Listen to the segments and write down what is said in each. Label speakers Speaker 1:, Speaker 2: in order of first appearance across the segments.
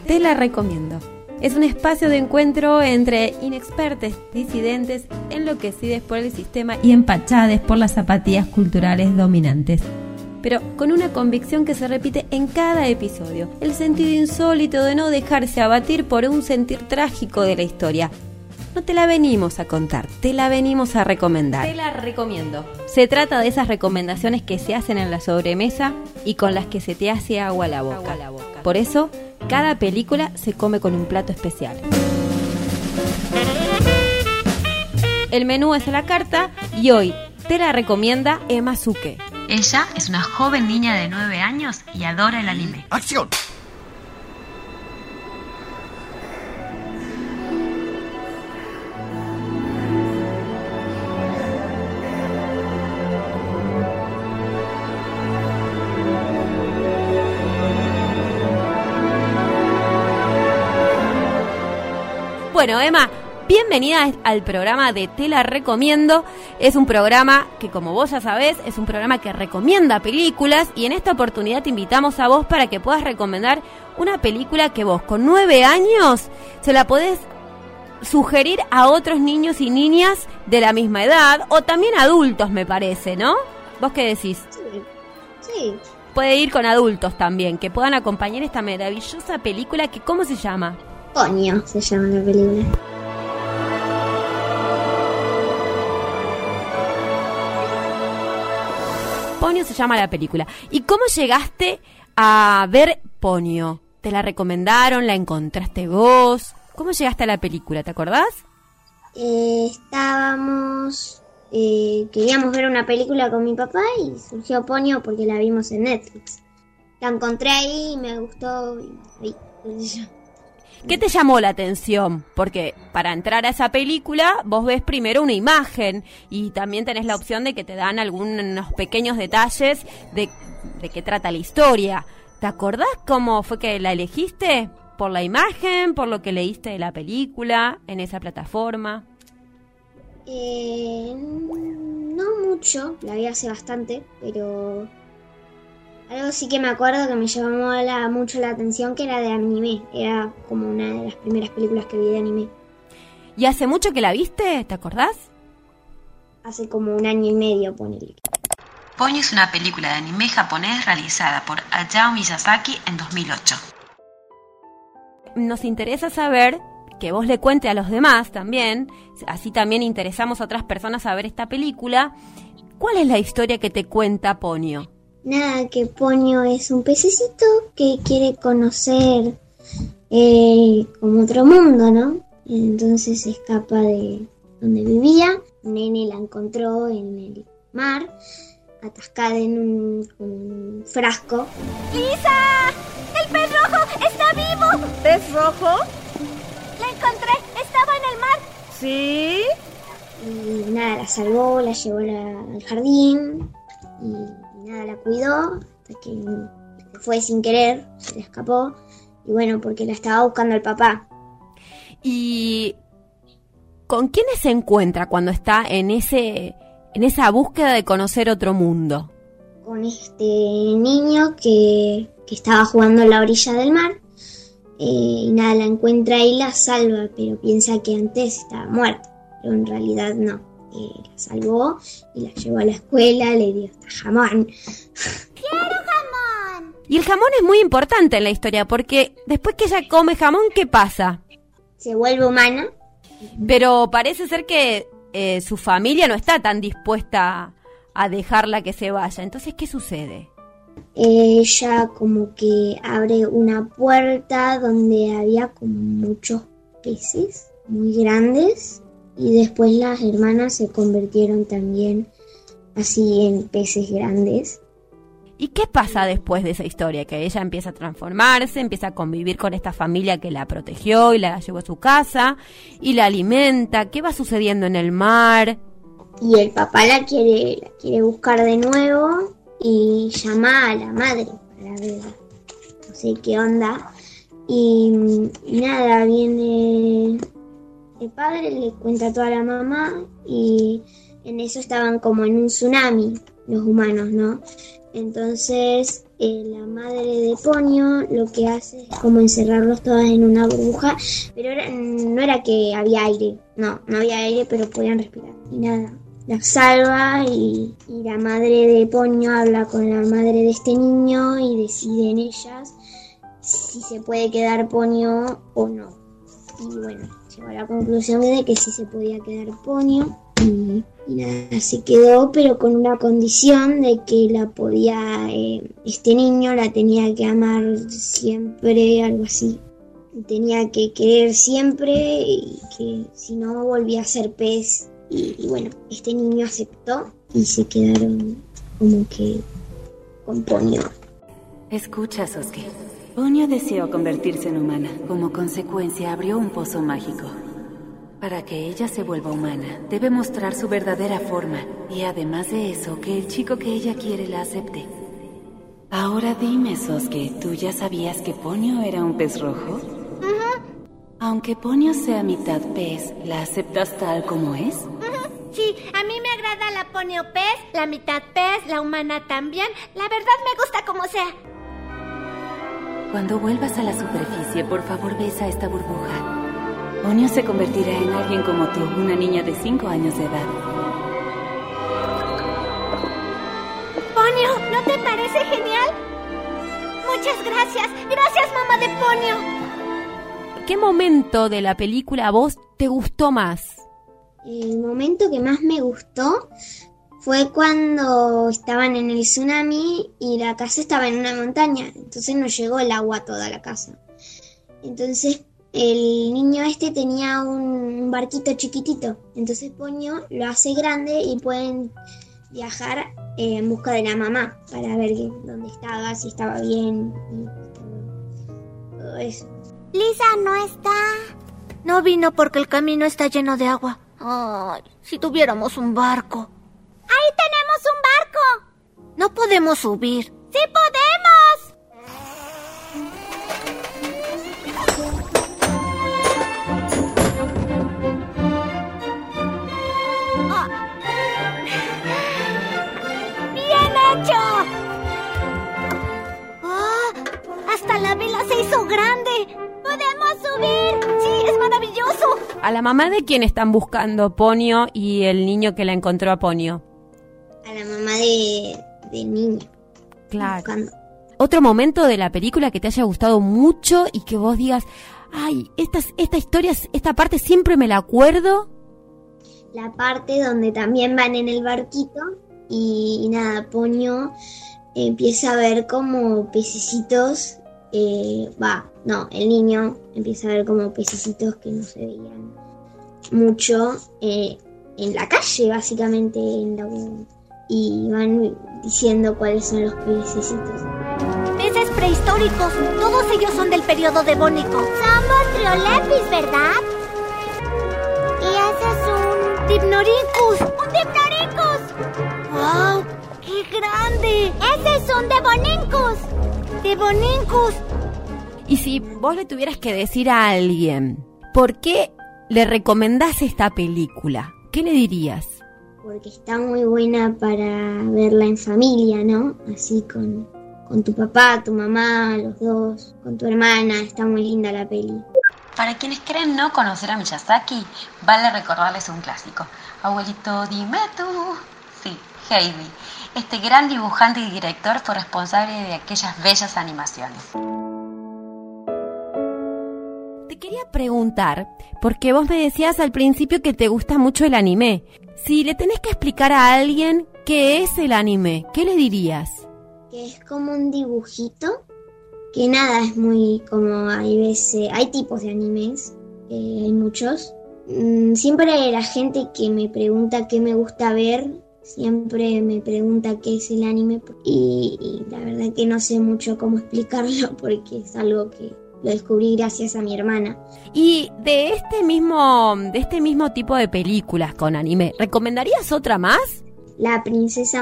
Speaker 1: Te la recomiendo. Es un espacio de encuentro entre inexpertos, disidentes, enloquecidos por el sistema y empachades por las zapatillas culturales dominantes. Pero con una convicción que se repite en cada episodio, el sentido insólito de no dejarse abatir por un sentir trágico de la historia. No te la venimos a contar, te la venimos a recomendar. Te la recomiendo. Se trata de esas recomendaciones que se hacen en la sobremesa y con las que se te hace agua a la boca. Por eso, cada película se come con un plato especial. El menú es a la carta y hoy te la recomienda Emma Suke.
Speaker 2: Ella es una joven niña de 9 años y adora el anime.
Speaker 3: ¡Acción!
Speaker 1: Bueno, Emma, bienvenida al programa de Te la recomiendo. Es un programa que, como vos ya sabés, es un programa que recomienda películas y en esta oportunidad te invitamos a vos para que puedas recomendar una película que vos, con 9 años, se la podés sugerir a otros niños y niñas de la misma edad o también adultos, me parece, ¿no? ¿Vos qué decís?
Speaker 4: Sí.
Speaker 1: Puede ir con adultos también, que puedan acompañar esta maravillosa película que, ¿cómo se llama?
Speaker 4: Ponyo se llama la película.
Speaker 1: Ponyo se llama la película. ¿Y cómo llegaste a ver Ponyo? ¿Te la recomendaron? ¿La encontraste vos? ¿Cómo llegaste a la película? ¿Te acordás?
Speaker 4: Queríamos ver una película con mi papá y surgió Ponyo porque la vimos en Netflix. La encontré ahí y me gustó y
Speaker 1: ¿Qué te llamó la atención? Porque para entrar a esa película vos ves primero una imagen y también tenés la opción de que te dan algunos pequeños detalles de qué trata la historia. ¿Te acordás cómo fue que la elegiste? ¿Por la imagen? ¿Por lo que leíste de la película en esa plataforma?
Speaker 4: No mucho, la vi hace bastante, pero algo sí que me acuerdo que me llamó mucho la atención, que era de anime. Era como una de las primeras películas que vi de anime.
Speaker 1: ¿Y hace mucho que la viste? ¿Te acordás?
Speaker 4: Hace como 1 año y medio, ponele.
Speaker 2: Ponyo es una película de anime japonés realizada por Hayao Miyazaki en 2008.
Speaker 1: Nos interesa saber que vos le cuentes a los demás también, así también interesamos a otras personas a ver esta película. ¿Cuál es la historia que te cuenta Ponyo?
Speaker 4: Nada, que Ponyo es un pececito que quiere conocer como otro mundo, ¿no? Entonces se escapa de donde vivía. Un nene la encontró en el mar, atascada en un frasco.
Speaker 5: ¡Lisa! ¡El pez rojo está vivo!
Speaker 6: ¿Pez rojo?
Speaker 5: ¡La encontré! ¡Estaba en el mar!
Speaker 6: ¿Sí?
Speaker 4: Y nada, la salvó, la llevó al jardín y nada, la cuidó hasta que fue sin querer, se le escapó. Y bueno, porque la estaba buscando el papá.
Speaker 1: ¿Y con quiénes se encuentra cuando está en esa búsqueda de conocer otro mundo?
Speaker 4: Con este niño que estaba jugando en la orilla del mar. Y nada, la encuentra y la salva, pero piensa que antes estaba muerta, pero en realidad no. La salvó y la llevó a la escuela, le dio hasta jamón.
Speaker 5: ¡Quiero jamón!
Speaker 1: Y el jamón es muy importante en la historia, porque después que ella come jamón, ¿qué pasa?
Speaker 4: Se vuelve humana.
Speaker 1: Pero parece ser que su familia no está tan dispuesta a dejarla que se vaya. Entonces, ¿qué sucede?
Speaker 4: Ella como que abre una puerta donde había como muchos peces muy grandes y después las hermanas se convirtieron también así en peces grandes.
Speaker 1: ¿Y qué pasa después de esa historia? Que ella empieza a transformarse, empieza a convivir con esta familia que la protegió y la llevó a su casa y la alimenta. ¿Qué va sucediendo en el mar?
Speaker 4: Y el papá la quiere buscar de nuevo y llama a la madre para ver no sé qué onda. Y nada, viene el padre, le cuenta todo a la mamá y en eso estaban como en un tsunami los humanos, ¿no? Entonces la madre de Ponyo lo que hace es como encerrarlos todos en una burbuja, pero no era que había aire, no había aire, pero podían respirar. Y nada, la salva y la madre de Ponyo habla con la madre de este niño y deciden ellas si se puede quedar Ponyo o no. Y bueno, llegó a la conclusión de que sí se podía quedar Ponyo. Y nada, se quedó, pero con una condición de que la podía, este niño la tenía que amar siempre, algo así. Tenía que querer siempre y que si no volvía a ser pez. Y bueno, este niño aceptó y se quedaron como que con Ponyo.
Speaker 3: Escucha, Sosuke. Ponyo deseó convertirse en humana. Como consecuencia, abrió un pozo mágico. Para que ella se vuelva humana, debe mostrar su verdadera forma. Y además de eso, que el chico que ella quiere la acepte. Ahora dime, Sosuke, ¿tú ya sabías que Ponyo era un pez rojo? Aunque Ponyo sea mitad pez, ¿la aceptas tal como es?
Speaker 5: Sí, a mí me agrada la Ponyo pez, la mitad pez, la humana también. La verdad me gusta como sea.
Speaker 3: Cuando vuelvas a la superficie, por favor besa esta burbuja. Ponyo se convertirá en alguien como tú, una niña de 5 años de edad.
Speaker 5: Ponyo, ¿no te parece genial? Muchas gracias. Gracias, mamá de Ponyo.
Speaker 1: ¿Qué momento de la película a vos te gustó más?
Speaker 4: El momento que más me gustó fue cuando estaban en el tsunami y la casa estaba en una montaña. Entonces no llegó el agua a toda la casa. Entonces el niño tenía un barquito chiquitito. Entonces Ponyo lo hace grande y pueden viajar en busca de la mamá para ver dónde estaba, si estaba bien y todo eso.
Speaker 5: Lisa no está. No vino porque el camino está lleno de agua. Ay, si tuviéramos un barco. ¡Ahí tenemos un barco! No podemos subir. ¡Sí podemos! ¡Bien hecho! ¡Hasta la vela se hizo grande! ¡Podemos subir! ¡Sí, es maravilloso!
Speaker 1: ¿A la mamá de quién están buscando Ponyo y el niño que la encontró a Ponyo?
Speaker 4: A la mamá del niño.
Speaker 1: Claro.
Speaker 4: Buscando.
Speaker 1: ¿Otro momento de la película que te haya gustado mucho y que vos digas, ay, esta historia, esta parte siempre me la acuerdo?
Speaker 4: La parte donde también van en el barquito y nada, Ponyo empieza a ver como pececitos, el niño empieza a ver como pececitos que no se veían mucho en la calle, básicamente, y van diciendo cuáles son los pececitos.
Speaker 5: Peces prehistóricos, todos ellos son del periodo devónico. Somos triolepis, ¿verdad? Y ese es un Dipnorhynchus. ¡Un Dipnorhynchus! ¡Wow! ¡Qué grande! ¡Ese es un Devonhynchus! ¡Devonhynchus!
Speaker 1: Y si vos le tuvieras que decir a alguien, ¿por qué le recomendás esta película? ¿Qué le dirías?
Speaker 4: Porque está muy buena para verla en familia, ¿no? Así con tu papá, tu mamá, los dos, con tu hermana. Está muy linda la peli.
Speaker 2: Para quienes creen no conocer a Miyazaki, vale recordarles un clásico. Abuelito, dime tú. Sí, Heidi. Este gran dibujante y director fue responsable de aquellas bellas animaciones.
Speaker 1: Te quería preguntar, porque vos me decías al principio que te gusta mucho el anime. Si le tenés que explicar a alguien qué es el anime, ¿qué le dirías?
Speaker 4: Que es como un dibujito, que nada, es muy como hay tipos de animes, hay muchos. Siempre la gente que me pregunta qué me gusta ver, siempre me pregunta qué es el anime y la verdad que no sé mucho cómo explicarlo porque es algo que lo descubrí gracias a mi hermana. Y
Speaker 1: de este mismo tipo de películas con anime, ¿recomendarías otra más?
Speaker 4: La princesa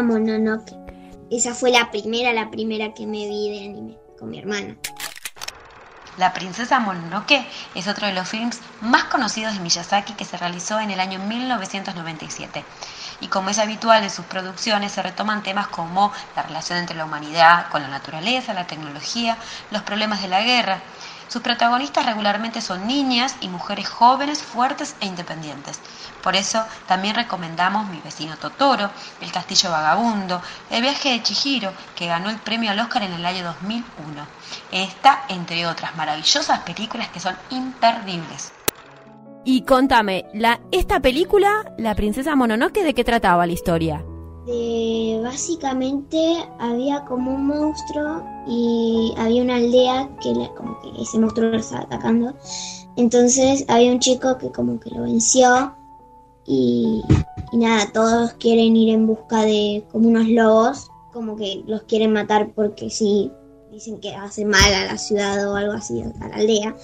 Speaker 2: La princesa Mononoke es otro de los films más conocidos de Miyazaki que se realizó en el año 1997. Y como es habitual en sus producciones, se retoman temas como la relación entre la humanidad con la naturaleza, la tecnología, los problemas de la guerra. Sus protagonistas regularmente son niñas y mujeres jóvenes, fuertes e independientes. Por eso también recomendamos Mi vecino Totoro, El castillo vagabundo, El viaje de Chihiro, que ganó el premio al Oscar en el año 2001. Esta, entre otras maravillosas películas que son imperdibles.
Speaker 1: Y contame, esta película, La princesa Mononoke, ¿de qué trataba la historia?
Speaker 4: Básicamente había como un monstruo y había una aldea como que ese monstruo lo estaba atacando. Entonces había un chico que como que lo venció y nada, todos quieren ir en busca de como unos lobos, como que los quieren matar porque sí, dicen que hace mal a la ciudad o algo así, a la aldea.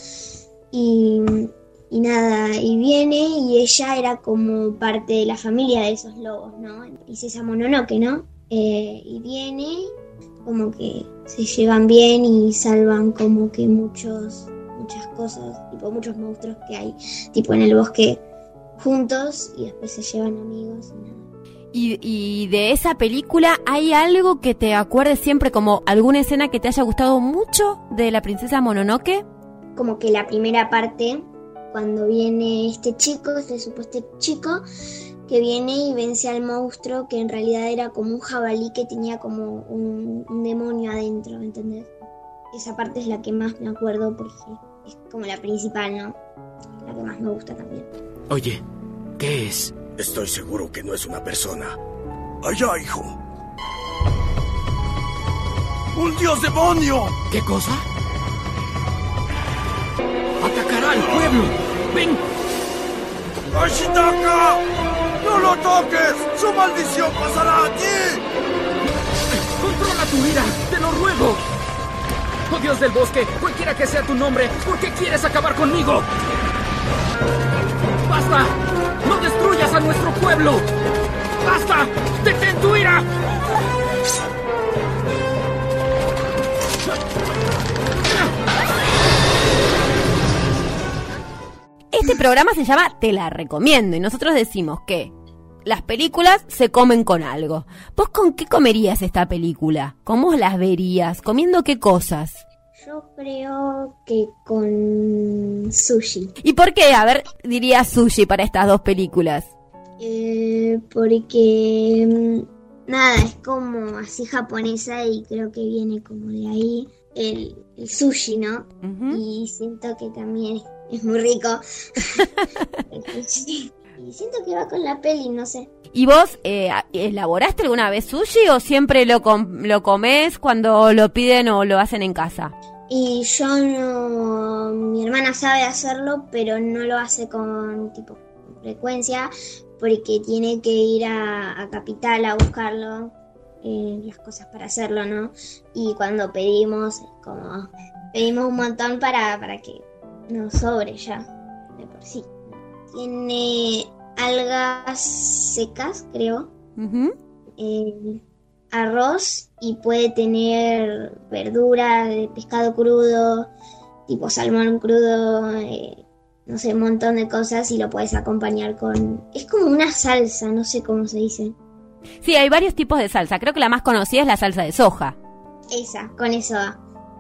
Speaker 4: Y nada, y viene y ella era como parte de la familia de esos lobos, ¿no? Princesa Mononoke, ¿no? Y viene, como que se llevan bien y salvan como que muchas cosas, tipo muchos monstruos que hay, tipo en el bosque juntos y después se llevan amigos y nada.
Speaker 1: Y de esa película, ¿hay algo que te acuerdes siempre, como alguna escena que te haya gustado mucho de La princesa Mononoke?
Speaker 4: Como que la primera parte, cuando viene este supuesto chico, que viene y vence al monstruo, que en realidad era como un jabalí que tenía como un demonio adentro, ¿me entendés? Esa parte es la que más me acuerdo porque es como la principal, ¿no? La que más me gusta también.
Speaker 6: Oye, ¿qué es?
Speaker 7: Estoy seguro que no es una persona. Allá, hijo. ¡Un dios demonio!
Speaker 6: ¿Qué cosa? ¡Atacará al pueblo! ¡Ven!
Speaker 7: ¡Ashitaka! ¡No lo toques! ¡Su maldición pasará a ti!
Speaker 6: ¡Controla tu ira! ¡Te lo ruego! ¡Oh Dios del bosque! Cualquiera que sea tu nombre, ¿por qué quieres acabar conmigo? ¡Basta! ¡No destruyas a nuestro pueblo! ¡Basta! ¡Detén tu ira!
Speaker 1: Este programa se llama Te la recomiendo y nosotros decimos que las películas se comen con algo. ¿Vos con qué comerías esta película? ¿Cómo las verías? ¿Comiendo qué cosas?
Speaker 4: Yo creo que con sushi.
Speaker 1: ¿Y por qué? A ver, diría sushi para estas dos películas.
Speaker 4: Porque nada, es como así japonesa y creo que viene como de ahí el sushi, ¿no? Uh-huh. Y siento que también es muy rico. Y siento que va con la peli, no sé.
Speaker 1: ¿Y vos elaboraste alguna vez sushi o siempre lo comés cuando lo piden o lo hacen en casa?
Speaker 4: Y yo no... Mi hermana sabe hacerlo, pero no lo hace con frecuencia porque tiene que ir a Capital a buscarlo, las cosas para hacerlo, ¿no? Y cuando pedimos un montón para que nos sobre ya, de por sí. Tiene algas secas, creo. Uh-huh. Arroz y puede tener verdura de pescado crudo, tipo salmón crudo, no sé, un montón de cosas y lo puedes acompañar con... Es como una salsa, no sé cómo se dice.
Speaker 1: Sí, hay varios tipos de salsa. Creo que la más conocida es la salsa de soja.
Speaker 4: Esa, con eso va.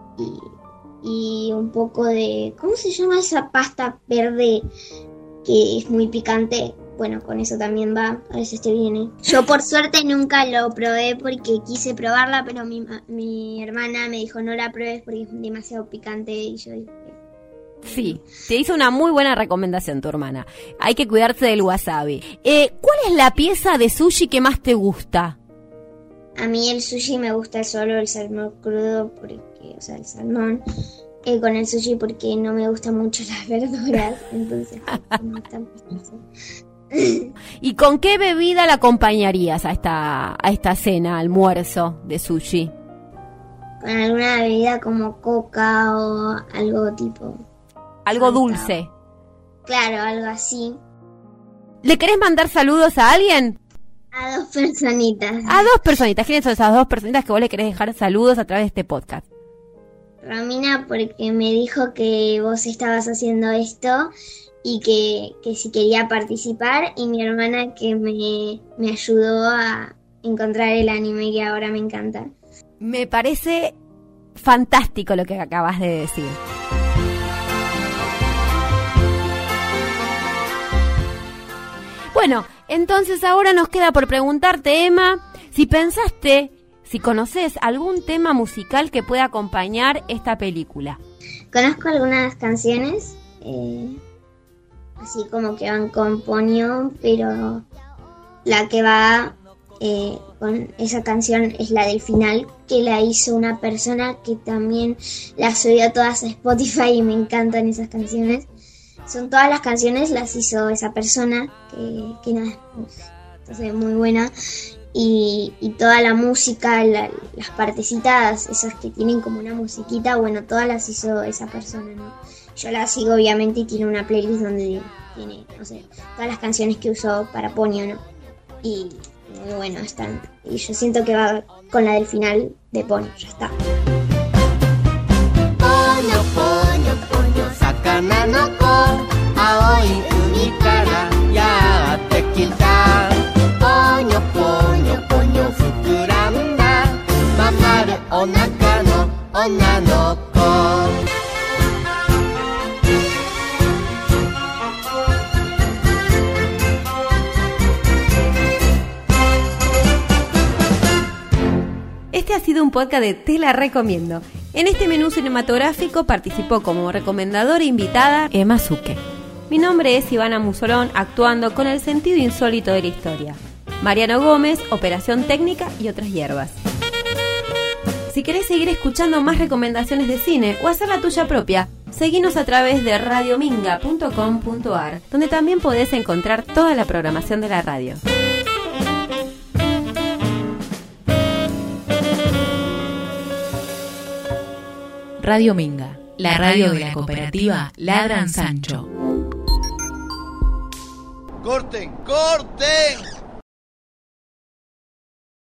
Speaker 4: Y un poco de... ¿Cómo se llama esa pasta verde que es muy picante? Bueno, con eso también va, a veces te viene. Yo por suerte nunca lo probé porque quise probarla, pero mi hermana me dijo no la pruebes porque es demasiado picante y yo dije...
Speaker 1: Sí, te hizo una muy buena recomendación tu hermana. Hay que cuidarse del wasabi. ¿Cuál es la pieza de sushi que más te gusta?
Speaker 4: A mí el sushi me gusta solo el salmón crudo, porque, o sea, el salmón con el sushi porque no me gustan mucho las verduras, entonces no es tan fácil.
Speaker 1: ¿Y con qué bebida la acompañarías a esta cena, almuerzo de sushi?
Speaker 4: Con alguna bebida como coca o algo tipo...
Speaker 1: Algo dulce.
Speaker 4: Claro, algo así.
Speaker 1: ¿Le querés mandar saludos a alguien?
Speaker 4: A 2 personitas.
Speaker 1: A 2 personitas. ¿Quiénes son esas 2 personitas que vos le querés dejar saludos a través de este podcast?
Speaker 4: Romina, porque me dijo que vos estabas haciendo esto y que si quería participar, y mi hermana que me ayudó a encontrar el anime que ahora me encanta.
Speaker 1: Me parece fantástico lo que acabas de decir. Bueno, entonces ahora nos queda por preguntarte, Emma, si conoces algún tema musical que pueda acompañar esta película.
Speaker 4: Conozco algunas canciones, así como que van con Ponyo, pero la que va con esa canción es la del final, que la hizo una persona que también la subió todas a Spotify y me encantan esas canciones. Son todas las canciones, las hizo esa persona, que nada, entonces muy buena. Y toda la música, las partecitas, esas que tienen como una musiquita, bueno, todas las hizo esa persona, ¿no? Yo la sigo obviamente y tiene una playlist donde tiene, no sé, todas las canciones que usó para Ponyo, ¿no? Y muy bueno están. Y yo siento que va con la del final de Ponyo, ya está.
Speaker 8: Ponyo, ponyo, ponyo, sakana no ko, aoi umi kara yatte kita. Ponyo, ponyo, ponyo, fukuranda, mamaru onaka no onna no ko.
Speaker 1: Este ha sido un podcast de Te la recomiendo. En este menú cinematográfico participó como recomendadora invitada Emma Zucche. Mi nombre es Ivana Musolón, actuando con el sentido insólito de la historia. Mariano Gómez, operación técnica y otras hierbas. Si querés seguir escuchando más recomendaciones de cine o hacer la tuya propia, seguinos a través de radiominga.com.ar, donde también podés encontrar toda la programación de la radio.
Speaker 9: Radio Minga, la radio de la cooperativa Ladran Sancho.
Speaker 7: ¡Corten! ¡Corten!